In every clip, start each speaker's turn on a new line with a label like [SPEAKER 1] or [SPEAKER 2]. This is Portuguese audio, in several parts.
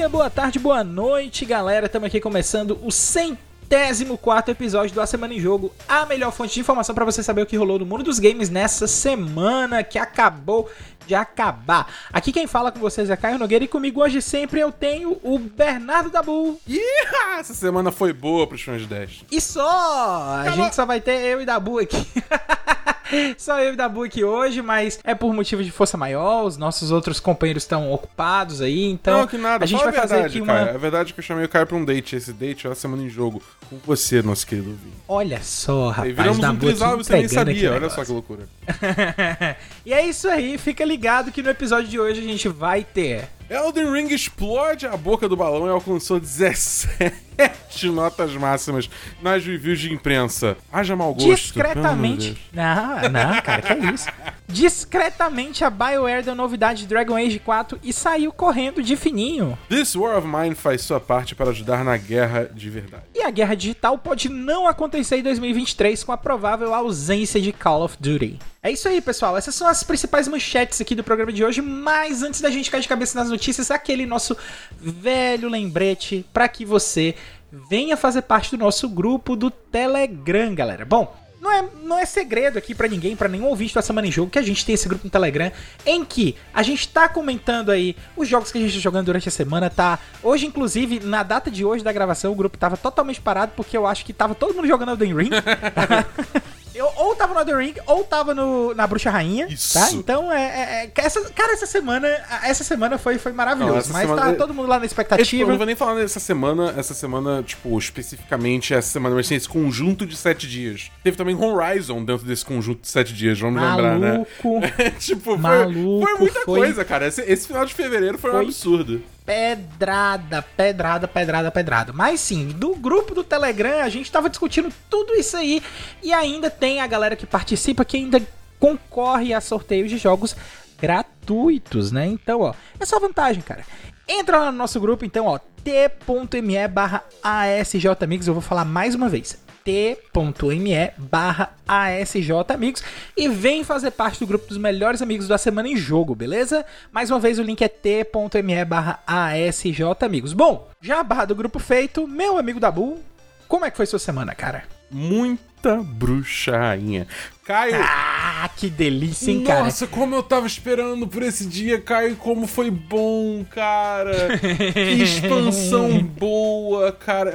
[SPEAKER 1] boa tarde, boa noite, galera. Estamos aqui começando o 104º episódio do A Semana em Jogo, a melhor fonte de informação para você saber o que rolou no mundo dos games nessa semana que acabou de acabar. Aqui quem fala com vocês é Caio Nogueira e comigo hoje sempre eu tenho o Bernardo Dabu.
[SPEAKER 2] Essa semana foi boa pros fãs de Dash.
[SPEAKER 1] E só! A gente só vai ter eu e Dabu aqui. Só eu e Dabu aqui hoje, mas é por motivo de força maior, os nossos outros companheiros estão ocupados aí, então
[SPEAKER 2] não, que nada.
[SPEAKER 1] A gente vai fazer aqui uma...
[SPEAKER 2] É verdade que eu chamei o Caio pra um date, esse date é a semana em jogo com você, nosso querido ouvinte.
[SPEAKER 1] Olha só, rapaz,
[SPEAKER 2] viramos um
[SPEAKER 1] Dabu
[SPEAKER 2] trisal, você nem sabia, olha
[SPEAKER 1] negócio.
[SPEAKER 2] só que loucura.
[SPEAKER 1] E é isso aí, fica ligado que no episódio de hoje a gente vai ter...
[SPEAKER 2] Elden Ring explode a boca do balão e alcançou 17 notas máximas nas reviews de imprensa. Haja mau gosto.
[SPEAKER 1] Discretamente... Não, cara, que é isso? Discretamente a BioWare deu novidade de Dragon Age 4 e saiu correndo de fininho.
[SPEAKER 2] This War of Mine faz sua parte para ajudar na guerra de verdade.
[SPEAKER 1] E a guerra digital pode não acontecer em 2023 com a provável ausência de Call of Duty. É isso aí, pessoal. Essas são as principais manchetes aqui do programa de hoje, mas antes da gente cair de cabeça nas notícias, aquele nosso velho lembrete para que você venha fazer parte do nosso grupo do Telegram, galera. Bom, não é segredo aqui pra ninguém, pra nenhum ouvinte da Semana em Jogo, que a gente tem esse grupo no Telegram, em que a gente tá comentando aí os jogos que a gente tá jogando durante a semana, tá? Hoje, inclusive, na data de hoje da gravação, o grupo tava totalmente parado, porque eu acho que tava todo mundo jogando Elden Ring. Eu ou tava no Elden Ring, ou tava na Bruxa Rainha,
[SPEAKER 2] isso.
[SPEAKER 1] Tá? Então, essa semana foi maravilhoso,
[SPEAKER 2] não,
[SPEAKER 1] mas
[SPEAKER 2] semana...
[SPEAKER 1] tá todo mundo lá na expectativa.
[SPEAKER 2] Eu não vou nem falar essa semana, tipo, especificamente essa semana, mas tem esse conjunto de 7 dias. Teve também Horizon dentro desse conjunto de 7 dias, vamos lembrar, né? Tipo, foi muita coisa, cara. Esse final de fevereiro foi um absurdo.
[SPEAKER 1] Pedrada. Mas sim, do grupo do Telegram a gente tava discutindo tudo isso aí. E ainda tem a galera que participa que ainda concorre a sorteios de jogos gratuitos, né? Então, ó, é só vantagem, cara. Entra lá no nosso grupo, então, ó, t.me/ASJamigos. Eu vou falar mais uma vez. t.me/ASJamigos e vem fazer parte do grupo dos melhores amigos da Semana em Jogo, beleza? Mais uma vez o link é t.me/ASJamigos. Bom, já a barra do grupo feito, meu amigo Dabu, como é que foi sua semana, cara?
[SPEAKER 2] Muita Bruxa Rainha. Caio...
[SPEAKER 1] que delícia, hein, cara?
[SPEAKER 2] Nossa, como eu tava esperando por esse dia, Caio, como foi bom, cara. Que expansão boa, cara.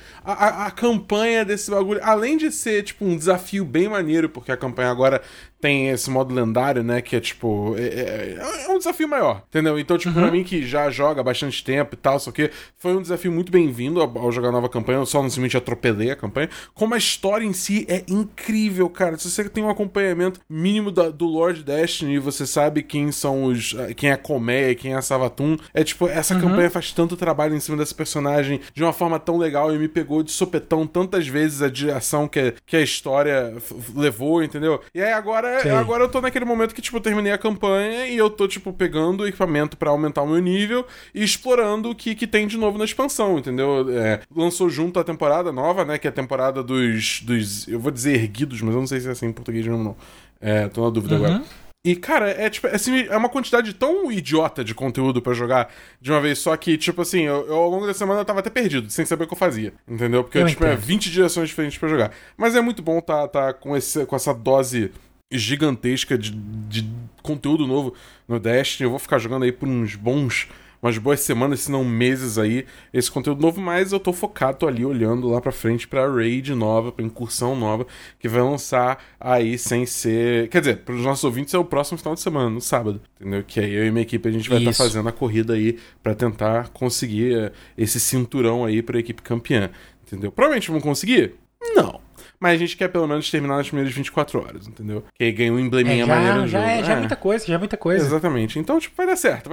[SPEAKER 2] A campanha desse bagulho, além de ser, tipo, um desafio bem maneiro, porque a campanha agora tem esse modo lendário, né, que é, tipo, é um desafio maior, entendeu? Então, tipo, pra mim que já joga há bastante tempo e tal, só que foi um desafio muito bem-vindo ao jogar a nova campanha. Eu só não simplesmente atropelei a campanha. Como a história em si é incrível, cara. Se você tem um acompanhamento mínimo do Lord Destiny, você sabe quem são quem é a Colmeia, quem é a Savathun. É tipo, essa campanha faz tanto trabalho em cima desse personagem de uma forma tão legal e me pegou de sopetão tantas vezes a direção que a história levou, entendeu? E aí agora eu tô naquele momento que, tipo, eu terminei a campanha e eu tô, tipo, pegando o equipamento pra aumentar o meu nível e explorando o que tem de novo na expansão, entendeu? Lançou junto a temporada nova, né, que é a temporada dos eu vou dizer erguidos, mas eu não sei se é assim em português mesmo, não. Tô na dúvida agora. E, cara, é uma quantidade tão idiota de conteúdo pra jogar de uma vez só que, tipo assim, eu ao longo da semana eu tava até perdido, sem saber o que eu fazia, entendeu? Porque, tipo, 20 direções diferentes pra jogar. Mas é muito bom tá com essa dose gigantesca de conteúdo novo no Destiny. Eu vou ficar jogando aí por umas boas semanas, se não meses aí, esse conteúdo novo, mas eu tô focado, tô ali olhando lá pra frente pra raid nova, pra incursão nova, que vai lançar aí sem ser... Quer dizer, pros nossos ouvintes é o próximo final de semana, no sábado, entendeu? Que aí eu e minha equipe, a gente vai estar fazendo a corrida aí pra tentar conseguir esse cinturão aí pra equipe campeã, entendeu? Provavelmente vamos conseguir? Não. Mas a gente quer pelo menos terminar nas primeiras 24 horas, entendeu? Que aí ganha um embleminha maneiro no jogo.
[SPEAKER 1] Já é muita coisa,
[SPEAKER 2] Exatamente. Então, tipo, vai dar certo.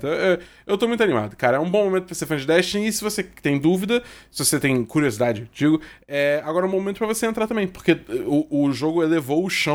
[SPEAKER 2] Eu tô muito animado, cara. É um bom momento pra ser fã de Destiny. E se você tem dúvida, se você tem curiosidade, digo, agora é um momento pra você entrar também. Porque o jogo elevou o chão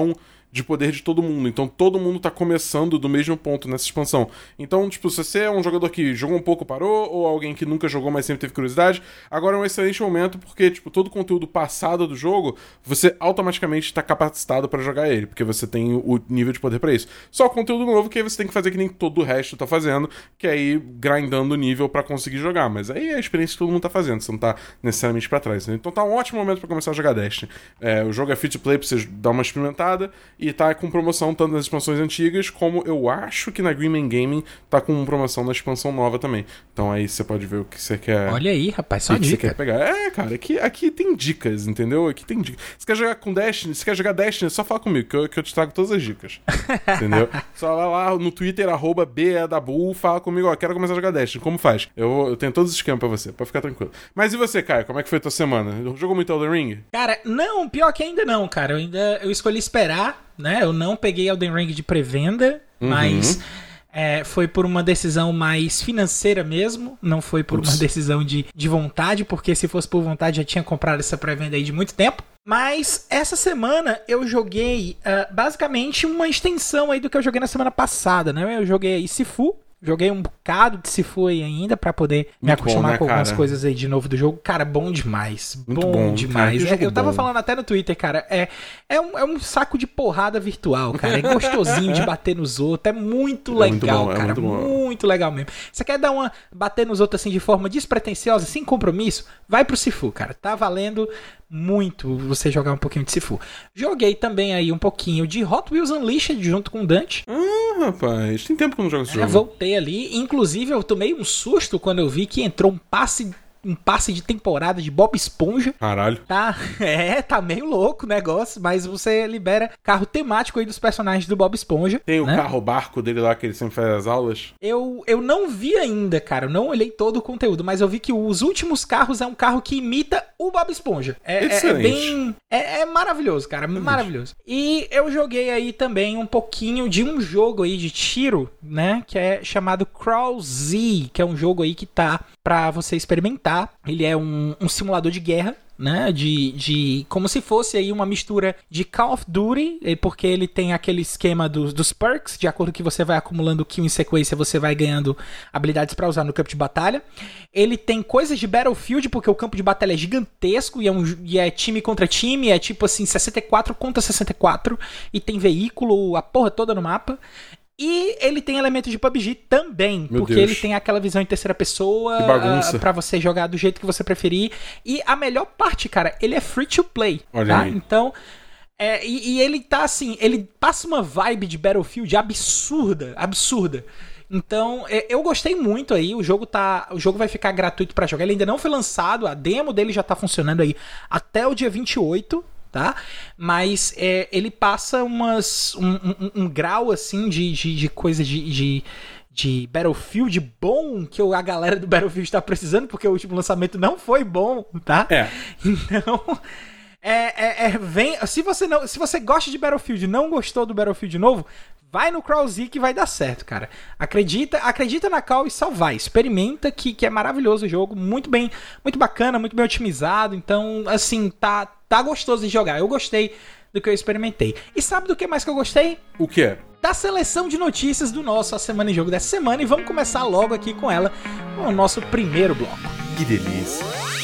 [SPEAKER 2] de poder de todo mundo. Então todo mundo tá começando do mesmo ponto nessa expansão. Então, tipo, se você é um jogador que jogou um pouco, parou, ou alguém que nunca jogou, mas sempre teve curiosidade, agora é um excelente momento, porque, tipo, todo o conteúdo passado do jogo, você automaticamente tá capacitado pra jogar ele, porque você tem o nível de poder pra isso. Só o conteúdo novo que aí você tem que fazer que nem todo o resto tá fazendo, que é ir grindando o nível pra conseguir jogar. Mas aí é a experiência que todo mundo tá fazendo, você não tá necessariamente pra trás, né? Então tá um ótimo momento pra começar a jogar Destiny. O jogo é free to play pra você dar uma experimentada, e tá com promoção tanto nas expansões antigas, como eu acho que na Green Man Gaming tá com promoção na expansão nova também. Então aí você pode ver o que você quer.
[SPEAKER 1] Olha aí, rapaz, só dica.
[SPEAKER 2] Você quer pegar. Cara, aqui tem dicas, entendeu? Aqui tem dicas. Se quer jogar com Destiny, se quer jogar Destiny, é só fala comigo, que eu te trago todas as dicas. Entendeu? Só lá no Twitter, @bedabull, fala comigo, quero começar a jogar Destiny. Como faz? Eu tenho todos os esquemas pra você, pode ficar tranquilo. Mas e você, Caio? Como é que foi a tua semana? Jogou muito Elden Ring?
[SPEAKER 1] Cara, não, pior que ainda não, cara. Eu escolhi esperar, né? Eu não peguei Elden Ring de pré-venda, mas foi por uma decisão mais financeira mesmo, não foi por uma decisão de vontade, porque se fosse por vontade já tinha comprado essa pré-venda aí de muito tempo. Mas essa semana eu joguei basicamente uma extensão aí do que eu joguei na semana passada, né? Eu joguei aí Sifu. Joguei um bocado de Sifu aí ainda pra poder me acostumar com algumas coisas aí de novo do jogo. Cara, bom demais. Bom demais. Cara, eu tava falando até no Twitter, cara. É um saco de porrada virtual, cara. É gostosinho de bater nos outros. É muito legal, muito bom, cara. Muito legal mesmo. Você quer bater nos outros assim de forma despretensiosa, sem compromisso? Vai pro Sifu, cara. Tá valendo muito você jogar um pouquinho de Sifu. Joguei também aí um pouquinho de Hot Wheels Unleashed junto com o Dante.
[SPEAKER 2] Rapaz, tem tempo que eu não jogo esse jogo.
[SPEAKER 1] Voltei ali, inclusive eu tomei um susto quando eu vi que entrou um passe de temporada de Bob Esponja.
[SPEAKER 2] Caralho.
[SPEAKER 1] Tá meio louco o negócio, mas você libera carro temático aí dos personagens do Bob Esponja.
[SPEAKER 2] Tem o carro-barco dele lá que ele sempre faz as aulas?
[SPEAKER 1] Eu não vi ainda, cara, eu não olhei todo o conteúdo, mas eu vi que os últimos carros é um carro que imita o Bob Esponja. É maravilhoso, cara, maravilhoso. E eu joguei aí também um pouquinho de um jogo aí de tiro, né, que é chamado Crawl Z, que é um jogo aí que tá pra você experimentar. Ele é um simulador de guerra, né, como se fosse aí uma mistura de Call of Duty, porque ele tem aquele esquema dos perks, de acordo com que você vai acumulando kill em sequência, você vai ganhando habilidades pra usar no campo de batalha. Ele tem coisas de Battlefield, porque o campo de batalha é gigantesco e é time contra time, é tipo assim 64 contra 64, e tem veículo, a porra toda no mapa. E ele tem elementos de PUBG também, porque ele tem aquela visão em terceira pessoa pra você jogar do jeito que você preferir. E a melhor parte, cara, ele é free to play.
[SPEAKER 2] Olha
[SPEAKER 1] tá?
[SPEAKER 2] aí.
[SPEAKER 1] Então, e ele tá assim, ele passa uma vibe de Battlefield absurda. Então, eu gostei muito aí, o jogo vai ficar gratuito pra jogar, ele ainda não foi lançado, a demo dele já tá funcionando aí até o dia 28, tá? Mas ele passa um grau assim de coisa de Battlefield bom que a galera do Battlefield tá precisando, porque o último lançamento não foi bom, tá? Então, se você gosta de Battlefield e não gostou do Battlefield novo, vai no Crawl Z que vai dar certo, cara. Acredita na call e só vai. Experimenta que é maravilhoso o jogo, muito bacana, muito bem otimizado. Então, assim, tá gostoso de jogar. Eu gostei do que eu experimentei. E sabe do que mais que eu gostei?
[SPEAKER 2] O quê?
[SPEAKER 1] Da seleção de notícias do nosso A Semana em Jogo dessa semana. E vamos começar logo aqui com ela, com o nosso primeiro bloco.
[SPEAKER 2] Que delícia.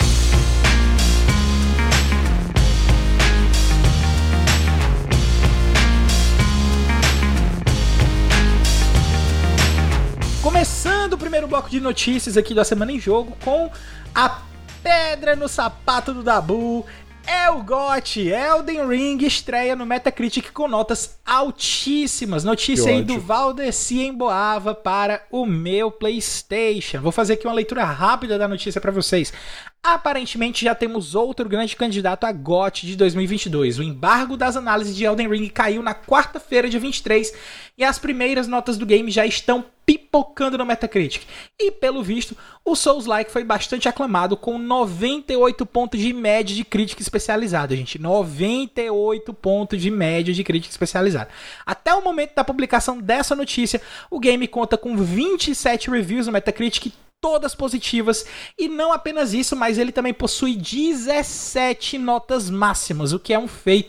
[SPEAKER 1] Começando o primeiro bloco de notícias aqui da Semana em Jogo com a pedra no sapato do Dabu. O GOT, Elden Ring, estreia no Metacritic com notas altíssimas. Notícia aí do Valdeci Emboava para o meu PlayStation. Vou fazer aqui uma leitura rápida da notícia para vocês. Aparentemente já temos outro grande candidato a GOT de 2022. O embargo das análises de Elden Ring caiu na quarta-feira, dia 23, e as primeiras notas do game já estão pipocando no Metacritic. E, pelo visto, o Souls-like foi bastante aclamado, com 98 pontos de média de crítica especializada, gente. 98 pontos de média de crítica especializada. Até o momento da publicação dessa notícia, o game conta com 27 reviews no Metacritic, todas positivas, e não apenas isso, mas ele também possui 17 notas máximas, o que é um feito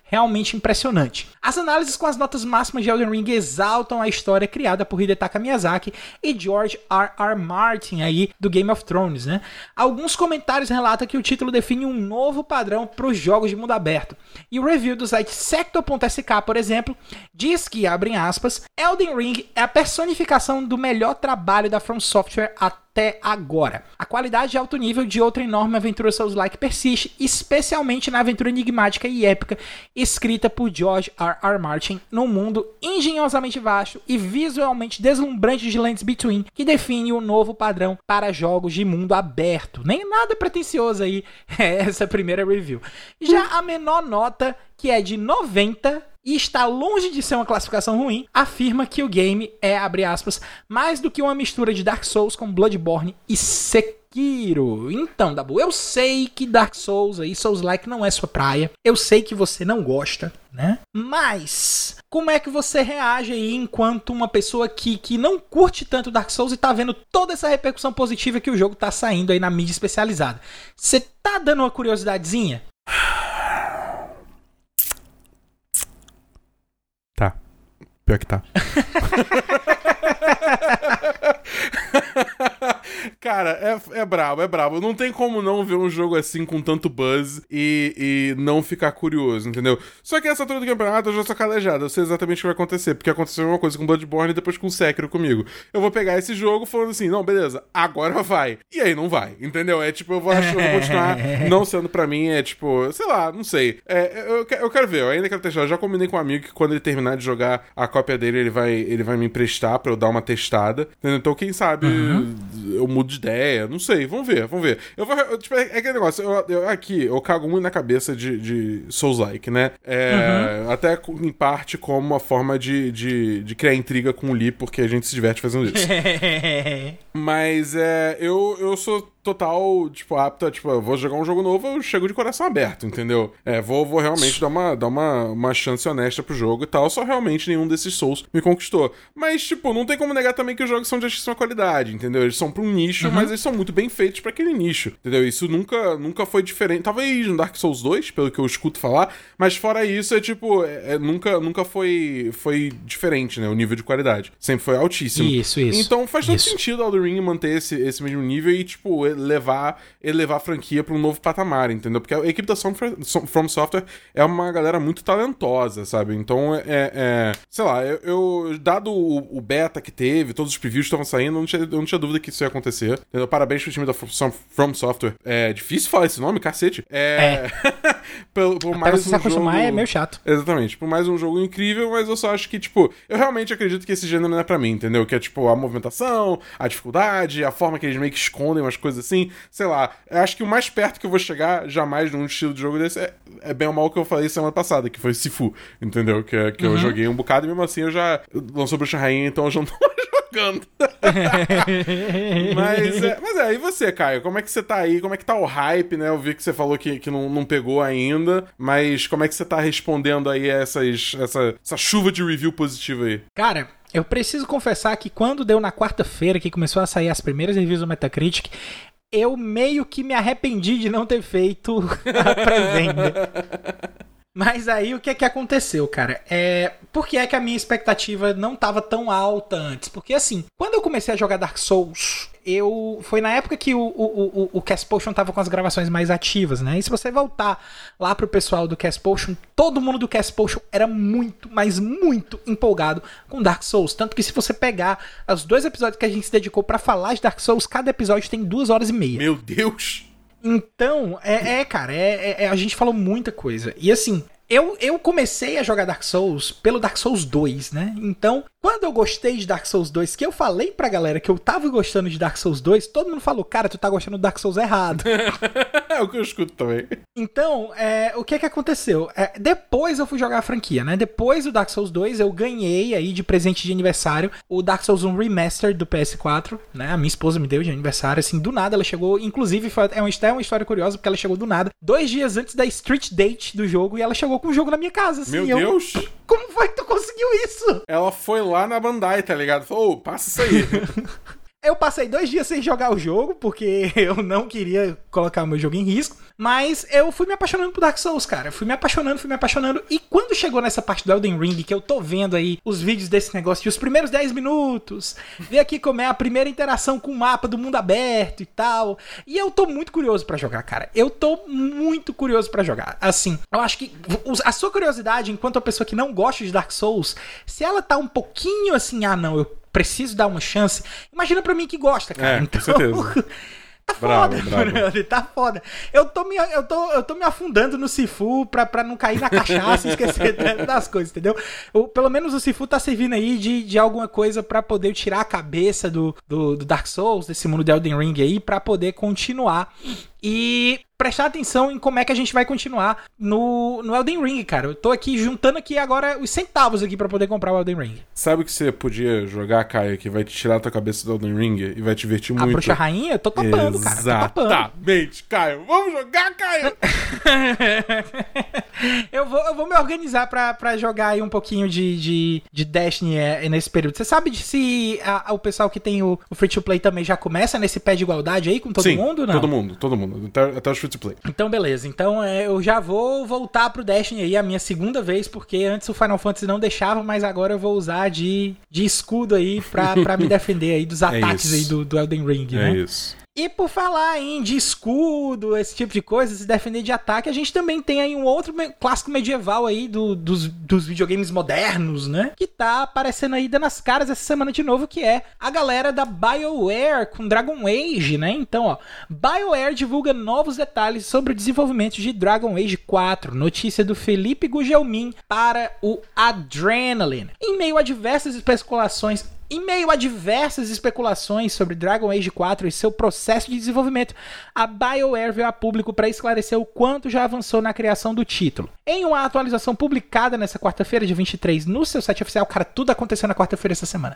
[SPEAKER 1] realmente impressionante. As análises com as notas máximas de Elden Ring exaltam a história criada por Hidetaka Miyazaki e George R.R. Martin aí do Game of Thrones, né? Alguns comentários relatam que o título define um novo padrão para os jogos de mundo aberto. E o review do site Sector.sk, por exemplo, diz que, abrem aspas, Elden Ring é a personificação do melhor trabalho da From Software até agora. A qualidade de alto nível de outra enorme aventura Souls-like persiste, especialmente na aventura enigmática e épica escrita por George R.R. Martin num mundo engenhosamente vasto e visualmente deslumbrante de Lands Between, que define o novo padrão para jogos de mundo aberto. Nem nada pretensioso aí essa primeira review. Já a menor nota, que é de 90, e está longe de ser uma classificação ruim, afirma que o game é, abre aspas, mais do que uma mistura de Dark Souls com Bloodborne e Sekiro. Então, Dabu, eu sei que Dark Souls aí, Souls-like não é sua praia, eu sei que você não gosta, né? Mas, como é que você reage aí enquanto uma pessoa que não curte tanto Dark Souls e tá vendo toda essa repercussão positiva que o jogo tá saindo aí na mídia especializada? Você tá dando uma curiosidadezinha?
[SPEAKER 2] Tá. Pior que tá. Cara, é brabo, é brabo. Não tem como não ver um jogo assim com tanto buzz e não ficar curioso, entendeu? Só que essa altura do campeonato eu já sou calejado. Eu sei exatamente o que vai acontecer, porque aconteceu uma coisa com Bloodborne e depois com Sekiro comigo. Eu vou pegar esse jogo falando assim, não, beleza, agora vai. E aí não vai, entendeu? É tipo, eu vou continuar não sendo pra mim, é tipo, sei lá, não sei. Eu quero ver, eu ainda quero testar. Eu já combinei com um amigo que quando ele terminar de jogar a cópia dele, ele vai me emprestar pra eu dar uma testada, entendeu? Então quem sabe eu mudo de ideia, não sei, vamos ver. Tipo, é aquele negócio, eu cago muito na cabeça de Souls-like, né? Até em parte como uma forma de criar intriga com o Lee, porque a gente se diverte fazendo isso. Mas eu sou total, tipo, apto a, tipo, eu vou jogar um jogo novo, eu chego de coração aberto, entendeu? Vou realmente dar uma chance honesta pro jogo e tal, só realmente nenhum desses Souls me conquistou. Mas, tipo, não tem como negar também que os jogos são de altíssima qualidade, entendeu? Eles são pra um nicho, mas eles são muito bem feitos pra aquele nicho, entendeu? Isso nunca foi diferente, talvez no Dark Souls 2, pelo que eu escuto falar, mas fora isso, nunca foi diferente, né? O nível de qualidade. Sempre foi altíssimo.
[SPEAKER 1] Isso.
[SPEAKER 2] Então faz todo sentido o Elden Ring manter esse mesmo nível e, tipo, levar a franquia pra um novo patamar, entendeu? Porque a equipe da From Software é uma galera muito talentosa, sabe? Então, sei lá, eu dado o beta que teve, todos os previews que estavam saindo, eu não tinha dúvida que isso ia acontecer, entendeu? Parabéns pro time da From Software. É difícil falar esse nome, cacete. Por mais
[SPEAKER 1] você se acostumar é meio chato.
[SPEAKER 2] Exatamente, por mais um jogo incrível, mas eu só acho que, tipo, eu realmente acredito que esse gênero não é pra mim, entendeu? Que é, tipo, a movimentação, a dificuldade, a forma que eles meio que escondem umas coisas assim, sei lá. Eu acho que o mais perto que eu vou chegar, jamais num estilo de jogo desse, é bem ou mal o que eu falei semana passada, que foi Sifu, entendeu? Que eu joguei um bocado e mesmo assim eu já lançou Bruxa Rainha, então eu já não tô mais jogando. Mas e você, Caio? Como é que você tá aí? Como é que tá o hype, né? Eu vi que você falou que não pegou ainda, mas como é que você tá respondendo aí a essa chuva de review positiva aí?
[SPEAKER 1] Cara, eu preciso confessar que quando deu na quarta-feira que começou a sair as primeiras reviews do Metacritic, eu meio que me arrependi de não ter feito a pré-venda. Mas aí o que é que aconteceu, cara? Por que é que a minha expectativa não tava tão alta antes? Porque assim, quando eu comecei a jogar Dark Souls, foi na época que o Cast Potion tava com as gravações mais ativas, né? E se você voltar lá pro pessoal do Cast Potion, todo mundo do Cast Potion era muito, mas muito empolgado com Dark Souls. Tanto que se você pegar os 2 episódios que a gente se dedicou pra falar de Dark Souls, cada episódio tem 2 horas e meia.
[SPEAKER 2] Meu Deus!
[SPEAKER 1] Então, cara, a gente falou muita coisa. E assim, eu comecei a jogar Dark Souls pelo Dark Souls 2, né? Então, quando eu gostei de Dark Souls 2, que eu falei pra galera que eu tava gostando de Dark Souls 2, todo mundo falou, cara, tu tá gostando do Dark Souls errado.
[SPEAKER 2] É o que eu escuto também.
[SPEAKER 1] Então, o que aconteceu? Depois eu fui jogar a franquia, né? Depois do Dark Souls 2, eu ganhei aí de presente de aniversário o Dark Souls 1 Remastered do PS4, né? A minha esposa me deu de aniversário, assim, do nada ela chegou, inclusive é uma história curiosa, porque ela chegou do nada, 2 dias antes da Street Date do jogo, e ela chegou com o jogo na minha casa, assim.
[SPEAKER 2] Meu Deus!
[SPEAKER 1] Como foi que tu conseguiu isso?
[SPEAKER 2] Ela foi lá na Bandai, tá ligado? Falou, passa isso aí.
[SPEAKER 1] Eu passei 2 dias sem jogar o jogo, porque eu não queria colocar o meu jogo em risco. Mas eu fui me apaixonando por Dark Souls, cara. Fui me apaixonando. E quando chegou nessa parte do Elden Ring, que eu tô vendo aí os vídeos desse negócio de os primeiros 10 minutos, ver aqui como é a primeira interação com o mapa do mundo aberto e tal. E eu tô muito curioso pra jogar, cara. Eu tô muito curioso pra jogar. Assim, eu acho que a sua curiosidade, enquanto uma pessoa que não gosta de Dark Souls, se ela tá um pouquinho assim, não, eu preciso dar uma chance. Imagina pra mim que gosta, cara.
[SPEAKER 2] Com certeza.
[SPEAKER 1] Tá foda, brother, tá foda. Eu tô me afundando no Sifu pra não cair na cachaça e esquecer das coisas, entendeu? Pelo menos o Sifu tá servindo aí de alguma coisa pra poder tirar a cabeça do Dark Souls, desse mundo de Elden Ring aí, pra poder continuar. E prestar atenção em como é que a gente vai continuar no Elden Ring, cara. Eu tô aqui juntando aqui agora os centavos aqui pra poder comprar o Elden Ring.
[SPEAKER 2] Sabe o que você podia jogar, Caio, que vai te tirar a tua cabeça do Elden Ring e vai te divertir muito?
[SPEAKER 1] A Bruxa Rainha? Eu tô topando, cara.
[SPEAKER 2] Exatamente, Caio. Vamos jogar, Caio!
[SPEAKER 1] eu vou me organizar pra jogar aí um pouquinho de Destiny nesse período. Você sabe se o pessoal que tem o free-to-play também já começa nesse pé de igualdade aí com todo mundo, não?
[SPEAKER 2] Todo mundo. Até os free-to-play.
[SPEAKER 1] Então, beleza. Então, eu já vou voltar pro Destiny aí a minha segunda vez, porque antes o Final Fantasy não deixava, mas agora eu vou usar de escudo aí pra me defender aí dos ataques aí do Elden Ring, né?
[SPEAKER 2] É isso.
[SPEAKER 1] E por falar em de escudo, esse tipo de coisa, se defender de ataque, a gente também tem aí um outro clássico medieval aí dos videogames modernos, né? Que tá aparecendo aí dando as caras essa semana de novo, que é a galera da BioWare com Dragon Age, né? Então, ó, BioWare divulga novos detalhes sobre o desenvolvimento de Dragon Age 4. Notícia do Felipe Gugelmin para o Adrenaline. Em meio a diversas especulações sobre Dragon Age 4 e seu processo de desenvolvimento, a BioWare veio a público para esclarecer o quanto já avançou na criação do título. Em uma atualização publicada nessa quarta-feira, dia 23, no seu site oficial, cara, tudo aconteceu na quarta-feira essa semana.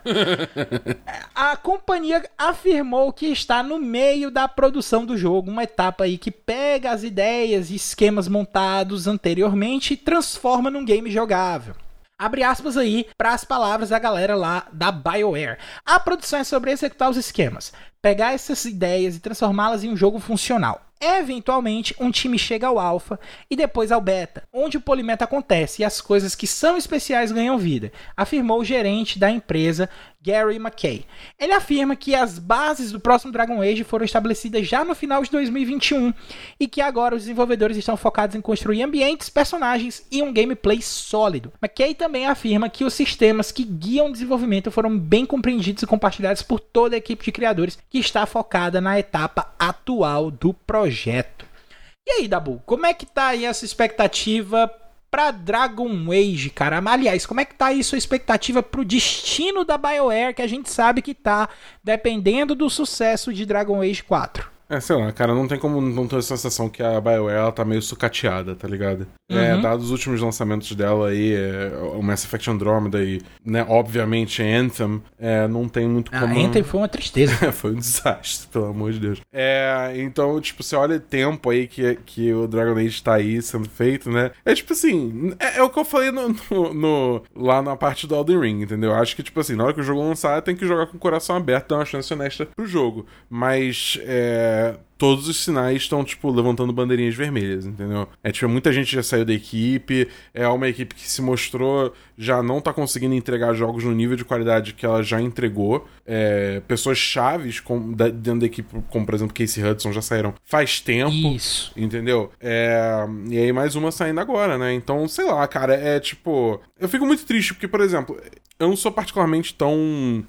[SPEAKER 1] A companhia afirmou que está no meio da produção do jogo, uma etapa aí que pega as ideias e esquemas montados anteriormente e transforma num game jogável. Abre aspas aí para as palavras da galera lá da BioWare. A produção é sobre executar os esquemas, pegar essas ideias e transformá-las em um jogo funcional. Eventualmente, um time chega ao alpha e depois ao beta, onde o polimento acontece e as coisas que são especiais ganham vida, afirmou o gerente da empresa, Gary McKay. Ele afirma que as bases do próximo Dragon Age foram estabelecidas já no final de 2021 e que agora os desenvolvedores estão focados em construir ambientes, personagens e um gameplay sólido. McKay também afirma que os sistemas que guiam o desenvolvimento foram bem compreendidos e compartilhados por toda a equipe de criadores que está focada na etapa atual do projeto. E aí, Dabu, como é que tá aí essa expectativa pra Dragon Age, cara? Aliás, como é que tá aí sua expectativa pro destino da BioWare, que a gente sabe que tá dependendo do sucesso de Dragon Age 4?
[SPEAKER 2] Sei lá, cara, não tem como não ter a sensação que a BioWare ela tá meio sucateada, tá ligado? Dados os últimos lançamentos dela aí, o Mass Effect Andromeda e, né, obviamente Anthem, não tem muito como...
[SPEAKER 1] Anthem foi uma tristeza.
[SPEAKER 2] Foi um desastre, pelo amor de Deus. Então, tipo, você olha o tempo aí que o Dragon Age tá aí sendo feito, né? Tipo assim, é o que eu falei lá na parte do Elden Ring, entendeu? Eu acho que, tipo assim, na hora que o jogo lançar, tem que jogar com o coração aberto, dar uma chance honesta pro jogo. Mas, todos os sinais estão, tipo, levantando bandeirinhas vermelhas, entendeu? Tipo, muita gente já saiu da equipe, é uma equipe que se mostrou já não tá conseguindo entregar jogos no nível de qualidade que ela já entregou. Pessoas chaves dentro da equipe, como, por exemplo, Casey Hudson, já saíram faz tempo.
[SPEAKER 1] Isso.
[SPEAKER 2] Entendeu? E aí mais uma saindo agora, né? Então, sei lá, cara, tipo... Eu fico muito triste, porque, por exemplo, eu não sou particularmente tão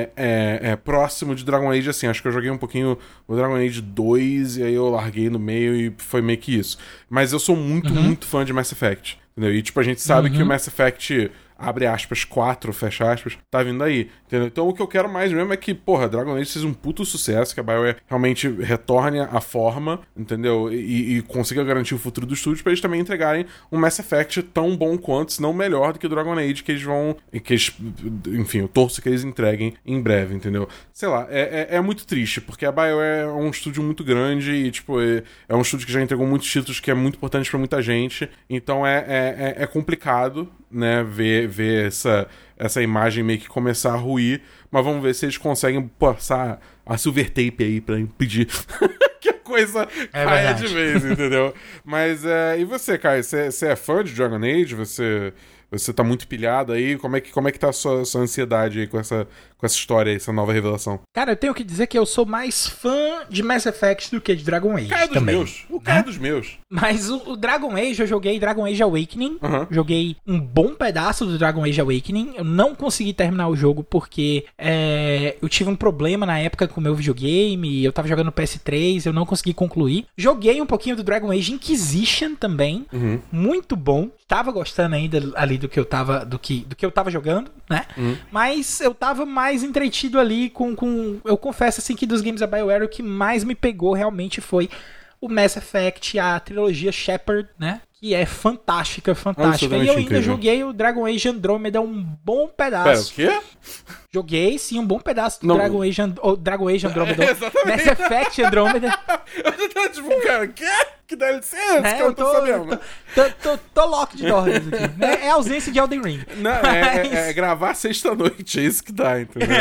[SPEAKER 2] próximo de Dragon Age assim. Acho que eu joguei um pouquinho o Dragon Age 2 e aí eu larguei no meio e foi meio que isso. Mas eu sou muito fã de Mass Effect, entendeu? E, tipo, a gente sabe que o Mass Effect... abre aspas, 4, fecha aspas, tá vindo aí, entendeu? Então o que eu quero mais mesmo é que, porra, Dragon Age seja um puto sucesso, que a BioWare realmente retorne à forma, entendeu? E consiga garantir o futuro do estúdio pra eles também entregarem um Mass Effect tão bom quanto, se não melhor do que o Dragon Age que eles vão... enfim, eu torço que eles entreguem em breve, entendeu? Sei lá, é muito triste, porque a BioWare é um estúdio muito grande e, tipo, é um estúdio que já entregou muitos títulos que é muito importante pra muita gente, então é complicado, né, ver essa imagem meio que começar a ruir, mas vamos ver se eles conseguem passar a silver tape aí pra impedir que a coisa caia de vez, entendeu? Mas, e você, Caio? Você é fã de Dragon Age? Você tá muito pilhado aí? Como é que tá a sua ansiedade aí com essa história aí, essa nova revelação?
[SPEAKER 1] Cara, eu tenho que dizer que eu sou mais fã de Mass Effect do que de Dragon Age.
[SPEAKER 2] O cara é dos meus.
[SPEAKER 1] Mas o Dragon Age, eu joguei Dragon Age Awakening. Joguei um bom pedaço do Dragon Age Awakening. Eu não consegui terminar o jogo porque eu tive um problema na época com o meu videogame. Eu tava jogando no PS3, eu não consegui concluir. Joguei um pouquinho do Dragon Age Inquisition também. Muito bom. Tava gostando ainda ali do que eu tava jogando, né? Mas eu tava mais entretido ali com... Eu confesso assim que dos games da BioWare o que mais me pegou realmente foi o Mass Effect, a trilogia Shepard, né? Que é fantástica. E eu ainda joguei o Dragon Age Andromeda um bom pedaço.
[SPEAKER 2] Pera, o quê?
[SPEAKER 1] Joguei, sim, um bom pedaço do Dragon Age Andromeda. Mass Effect Andromeda.
[SPEAKER 2] Eu tô tipo, cara, que dá licença, que eu não tô sabendo.
[SPEAKER 1] Tô louco de Dornes aqui. Né? É ausência de Elden Ring.
[SPEAKER 2] Não, é gravar sexta-noite, é isso que dá, entendeu?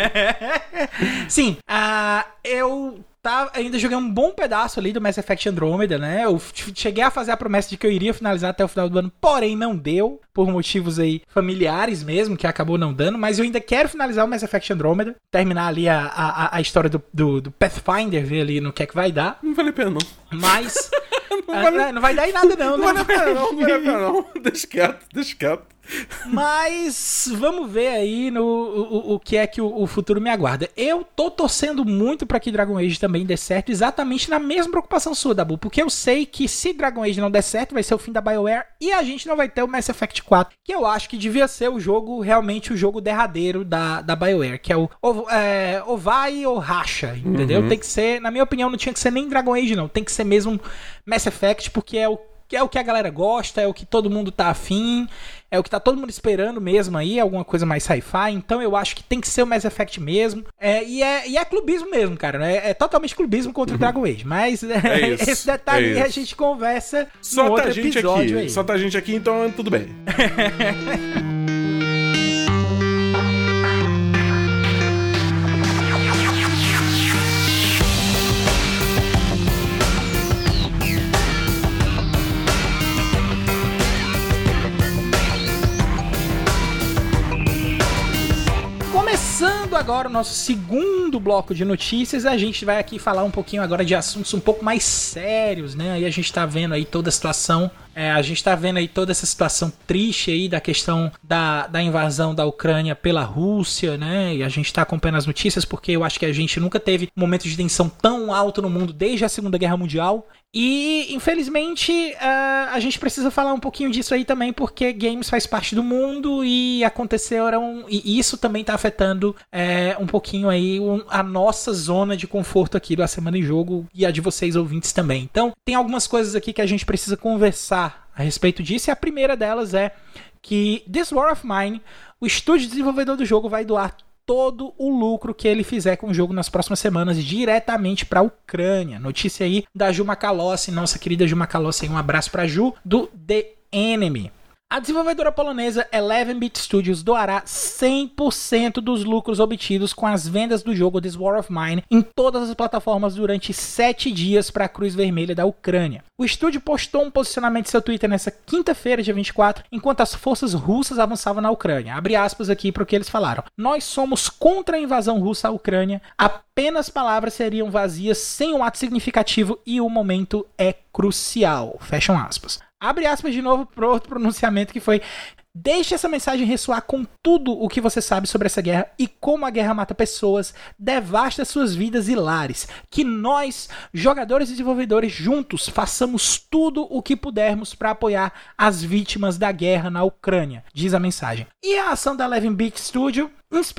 [SPEAKER 1] Sim, eu ainda joguei um bom pedaço ali do Mass Effect Andromeda, né? Eu cheguei a fazer a promessa de que eu iria finalizar até o final do ano, porém não deu, por motivos aí familiares mesmo, que acabou não dando, mas eu ainda quero finalizar o Mass Effect Andromeda, terminar ali a história do Pathfinder, ver ali no que é que vai dar.
[SPEAKER 2] Não vale a pena, não.
[SPEAKER 1] Mas... não vai dar em nada, não.
[SPEAKER 2] Não vale a pena, não. Deixa quieto.
[SPEAKER 1] Mas vamos ver aí o que é que o futuro me aguarda. Eu tô torcendo muito pra que Dragon Age também dê certo, exatamente na mesma preocupação sua, Dabu, porque eu sei que se Dragon Age não der certo, vai ser o fim da BioWare e a gente não vai ter o Mass Effect 4, que eu acho que devia ser o jogo, realmente o jogo derradeiro da BioWare, que é ou vai ou racha, entendeu? Tem que ser, na minha opinião, não tinha que ser nem Dragon Age não, tem que ser mesmo Mass Effect, porque é o que a galera gosta, é o que todo mundo tá afim, é o que tá todo mundo esperando mesmo aí, alguma coisa mais sci-fi, então eu acho que tem que ser o Mass Effect mesmo, e é clubismo mesmo, cara, né? É totalmente clubismo contra o Dragon Age, mas esse detalhe aí a gente conversa no outro episódio aí.
[SPEAKER 2] Só tá a gente aqui, então tudo bem.
[SPEAKER 1] Começando agora o nosso segundo bloco de notícias, a gente vai aqui falar um pouquinho agora de assuntos um pouco mais sérios, né? Aí a gente tá vendo aí toda a situação, toda essa situação triste aí da questão da invasão da Ucrânia pela Rússia, né? E a gente tá acompanhando as notícias porque eu acho que a gente nunca teve um momento de tensão tão alto no mundo desde a Segunda Guerra Mundial. E, infelizmente, a gente precisa falar um pouquinho disso aí também, porque games faz parte do mundo e aconteceram... E isso também tá afetando um pouquinho aí a nossa zona de conforto aqui da Semana em Jogo e a de vocês ouvintes também. Então, tem algumas coisas aqui que a gente precisa conversar a respeito disso, e a primeira delas é que This War of Mine, o estúdio desenvolvedor do jogo, vai doar todo o lucro que ele fizer com o jogo nas próximas semanas diretamente para a Ucrânia. Notícia aí da Ju Macalossi, nossa querida Ju Macalossi, um abraço para Ju, do The Enemy. A desenvolvedora polonesa 11-Bit Studios doará 100% dos lucros obtidos com as vendas do jogo This War of Mine em todas as plataformas durante 7 dias para a Cruz Vermelha da Ucrânia. O estúdio postou um posicionamento em seu Twitter nessa quinta-feira, dia 24, enquanto as forças russas avançavam na Ucrânia. Abre aspas aqui para o que eles falaram. Nós somos contra a invasão russa à Ucrânia. Apenas palavras seriam vazias sem um ato significativo e o momento é crucial. Fecham aspas. Abre aspas de novo para outro pronunciamento que foi: deixe essa mensagem ressoar com tudo o que você sabe sobre essa guerra e como a guerra mata pessoas, devasta suas vidas e lares. Que nós, jogadores e desenvolvedores, juntos façamos tudo o que pudermos para apoiar as vítimas da guerra na Ucrânia, diz a mensagem. E a ação da 11-Bit Studio inspirou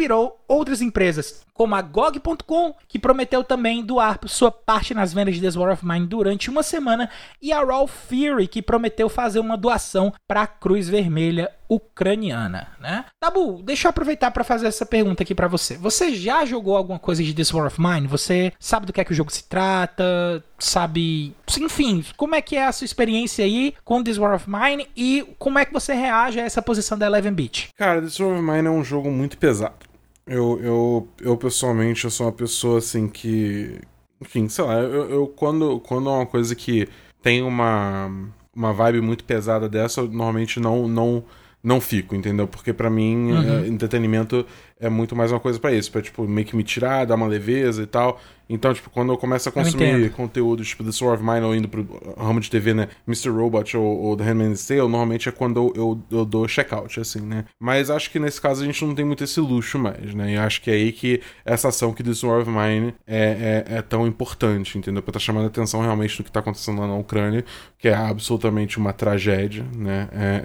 [SPEAKER 1] outras empresas, como a GOG.com, que prometeu também doar sua parte nas vendas de This War of Mine durante uma semana, e a Raw Fury, que prometeu fazer uma doação para a Cruz Vermelha ucraniana, né? Tabu, deixa eu aproveitar para fazer essa pergunta aqui para você. Você já jogou alguma coisa de This War of Mine? Você sabe do que é que o jogo se trata? Sabe... Enfim, como é que é a sua experiência aí com This War of Mine e como é que você reage a essa posição da 11-bit?
[SPEAKER 2] Cara, This War of Mine é um jogo muito pesado. Eu pessoalmente, eu sou uma pessoa assim que... Enfim, sei lá, quando é uma coisa que tem uma vibe muito pesada dessa, eu normalmente não fico, entendeu? Porque pra mim, entretenimento é muito mais uma coisa pra isso, pra, tipo, meio que me tirar, dar uma leveza e tal. Então, tipo, quando eu começo a consumir conteúdo, tipo, The Sword of Mine, ou indo pro ramo de TV, né, Mr. Robot ou The Handmaid's Tale, normalmente é quando eu dou check-out, assim, né. Mas acho que nesse caso a gente não tem muito esse luxo mais, né, e acho que é aí que essa ação que The Sword of Mine é tão importante, entendeu? Pra tá chamando a atenção realmente do que tá acontecendo lá na Ucrânia, que é absolutamente uma tragédia, né,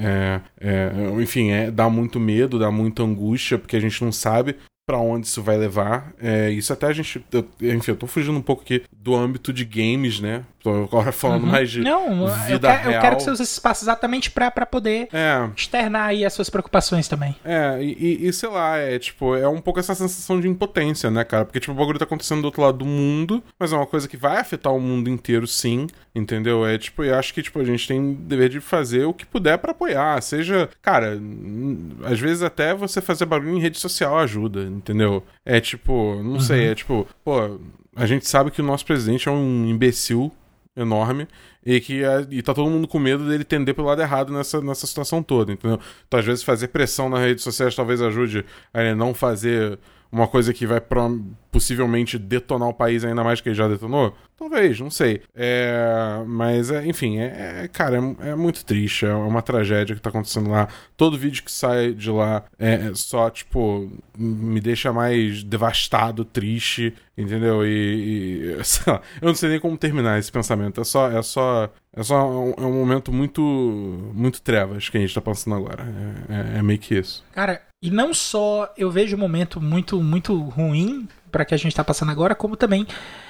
[SPEAKER 2] enfim, dá muito medo, dá muita angústia, porque a gente não sabe pra onde isso vai levar. Isso até a gente... Enfim, eu tô fugindo um pouco aqui do âmbito de games, né? Tô agora falando mais de vida real.
[SPEAKER 1] Eu quero que você use esse espaço exatamente pra poder externar aí as suas preocupações também.
[SPEAKER 2] E sei lá, tipo, é um pouco essa sensação de impotência, né, cara? Porque, tipo, o bagulho tá acontecendo do outro lado do mundo, mas é uma coisa que vai afetar o mundo inteiro, sim, entendeu? Tipo, eu acho que, tipo, a gente tem o dever de fazer o que puder pra apoiar. Seja, cara, às vezes até você fazer barulho em rede social ajuda, entendeu? Tipo, não sei, tipo, pô, a gente sabe que o nosso presidente é um imbecil enorme e tá todo mundo com medo dele tender pelo lado errado nessa situação toda, entendeu? Então, às vezes, fazer pressão nas redes sociais talvez ajude a ele não fazer uma coisa que vai possivelmente detonar o país ainda mais que ele já detonou. Talvez, não sei. Mas, enfim, cara, é muito triste. É uma tragédia que tá acontecendo lá. Todo vídeo que sai de lá só, tipo, me deixa mais devastado, triste, entendeu? E sei lá, eu não sei nem como terminar esse pensamento. É só um momento muito, muito trevas que a gente tá passando agora. É meio que isso.
[SPEAKER 1] Cara, e não só eu vejo um momento muito, muito ruim pra que a gente tá passando agora, como também